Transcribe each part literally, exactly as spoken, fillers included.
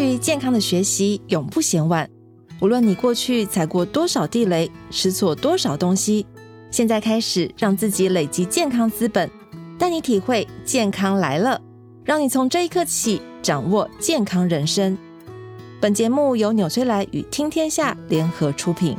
于健康的学习永不嫌晚。无论你过去踩过多少地雷，吃错多少东西，现在开始让自己累积健康资本，带你体会健康来了，让你从这一刻起掌握健康人生。本节目由纽崔莱与听天下联合出品。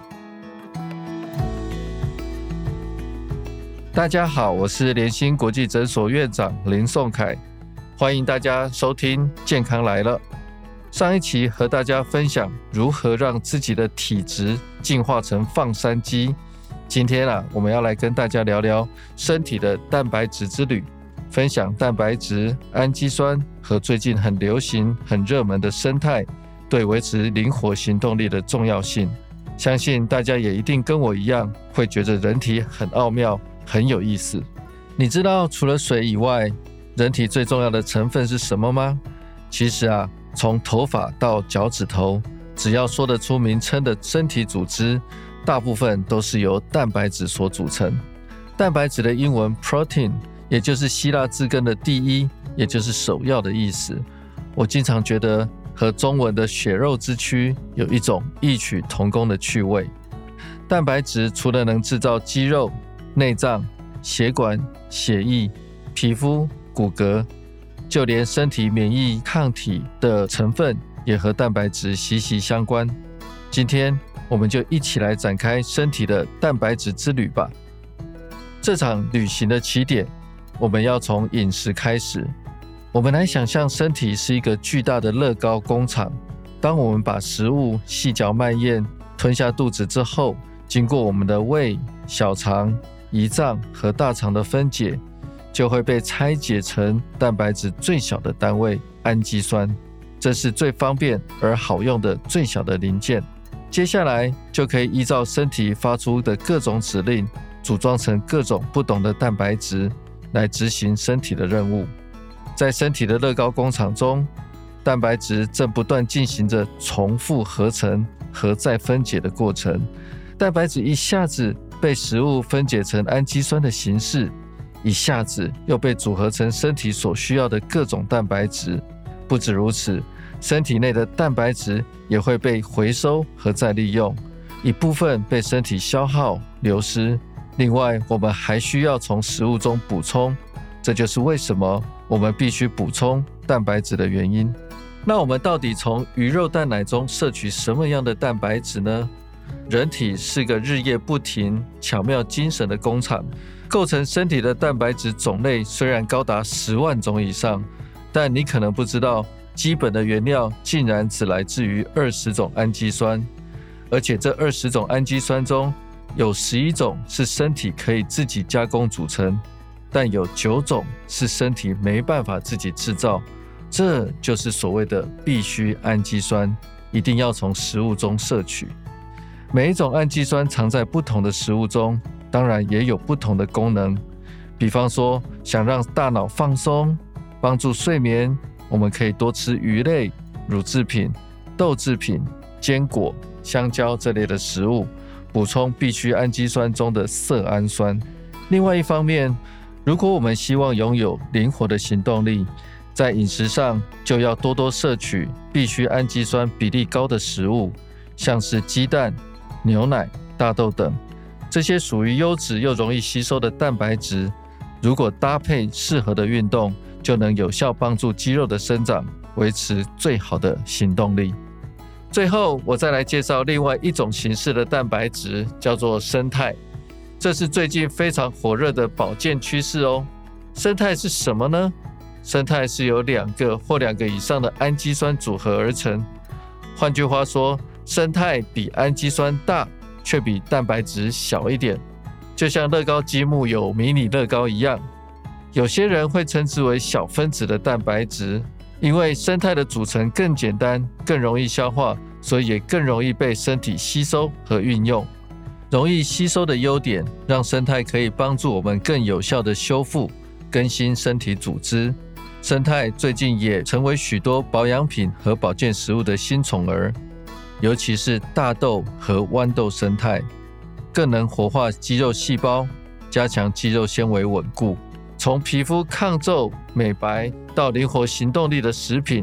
大家好，我是联心国际诊所院长林颂凯，欢迎大家收听健康来了。上一期和大家分享如何让自己的体质进化成放山鸡，今天啊，我们要来跟大家聊聊身体的蛋白质之旅，分享蛋白质、氨基酸和最近很流行、很热门的生态对维持灵活行动力的重要性。相信大家也一定跟我一样，会觉得人体很奥妙、很有意思。你知道除了水以外，人体最重要的成分是什么吗？其实啊，从头发到脚趾头，只要说得出名称的身体组织，大部分都是由蛋白质所组成。蛋白质的英文 protein， 也就是希腊字根的第一，也就是首要的意思。我经常觉得和中文的血肉之躯有一种异曲同工的趣味。蛋白质除了能制造肌肉、内脏、血管、血液、皮肤、骨骼，就连身体免疫抗体的成分也和蛋白质息息相关。今天我们就一起来展开身体的蛋白质之旅吧。这场旅行的起点，我们要从饮食开始。我们来想象身体是一个巨大的乐高工厂，当我们把食物细嚼慢咽吞下肚子之后，经过我们的胃、小肠、胰脏和大肠的分解，就会被拆解成蛋白质最小的单位氨基酸，这是最方便而好用的最小的零件。接下来就可以依照身体发出的各种指令，组装成各种不同的蛋白质来执行身体的任务。在身体的乐高工厂中，蛋白质正不断进行着重复合成和再分解的过程。蛋白质一下子被食物分解成氨基酸的形式，一下子又被组合成身体所需要的各种蛋白质。不止如此，身体内的蛋白质也会被回收和再利用，一部分被身体消耗流失，另外我们还需要从食物中补充，这就是为什么我们必须补充蛋白质的原因。那我们到底从鱼肉蛋奶中摄取什么样的蛋白质呢？人体是个日夜不停、巧妙精神的工厂，构成身体的蛋白质种类虽然高达十万种以上，但你可能不知道，基本的原料竟然只来自于二十种氨基酸，而且这二十种氨基酸中有十一种是身体可以自己加工组成，但有九种是身体没办法自己制造，这就是所谓的必需氨基酸，一定要从食物中摄取。每一种氨基酸藏在不同的食物中，当然也有不同的功能。比方说，想让大脑放松，帮助睡眠，我们可以多吃鱼类、乳制品、豆制品、坚果、香蕉这类的食物，补充必需氨基酸中的色氨酸。另外一方面，如果我们希望拥有灵活的行动力，在饮食上就要多多摄取必需氨基酸比例高的食物，像是鸡蛋、牛奶、大豆等，这些属于优质又容易吸收的蛋白质，如果搭配适合的运动，就能有效帮助肌肉的生长，维持最好的行动力。最后，我再来介绍另外一种形式的蛋白质，叫做生态。这是最近非常火热的保健趋势哦。生态是什么呢？生态是由两个或两个以上的氨基酸组合而成。换句话说，生态比氨基酸大，却比蛋白质小一点，就像乐高积木有迷你乐高一样。有些人会称之为小分子的蛋白质，因为生态的组成更简单、更容易消化，所以也更容易被身体吸收和运用。容易吸收的优点，让生态可以帮助我们更有效地修复、更新身体组织。生态最近也成为许多保养品和保健食物的新宠儿，尤其是大豆和豌豆生态，更能活化肌肉细胞，加强肌肉纤维稳固。从皮肤抗皱、美白到灵活行动力的食品，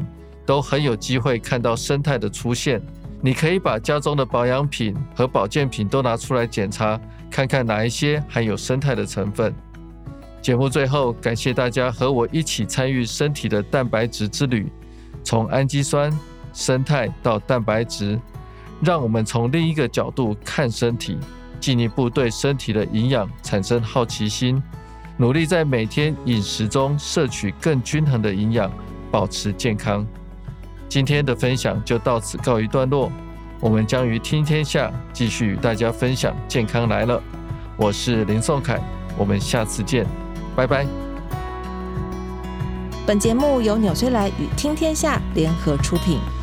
都很有机会看到生态的出现。你可以把家中的保养品和保健品都拿出来检查，看看哪一些含有生态的成分。节目最后，感谢大家和我一起参与身体的蛋白质之旅，从氨基酸、生态到蛋白质，让我们从另一个角度看身体，进一步对身体的营养产生好奇心，努力在每天饮食中摄取更均衡的营养，保持健康。今天的分享就到此告一段落，我们将于听天下继续与大家分享健康来了。我是林颂凯，我们下次见，拜拜。 本节目由纽崔莱与听天下联合出品。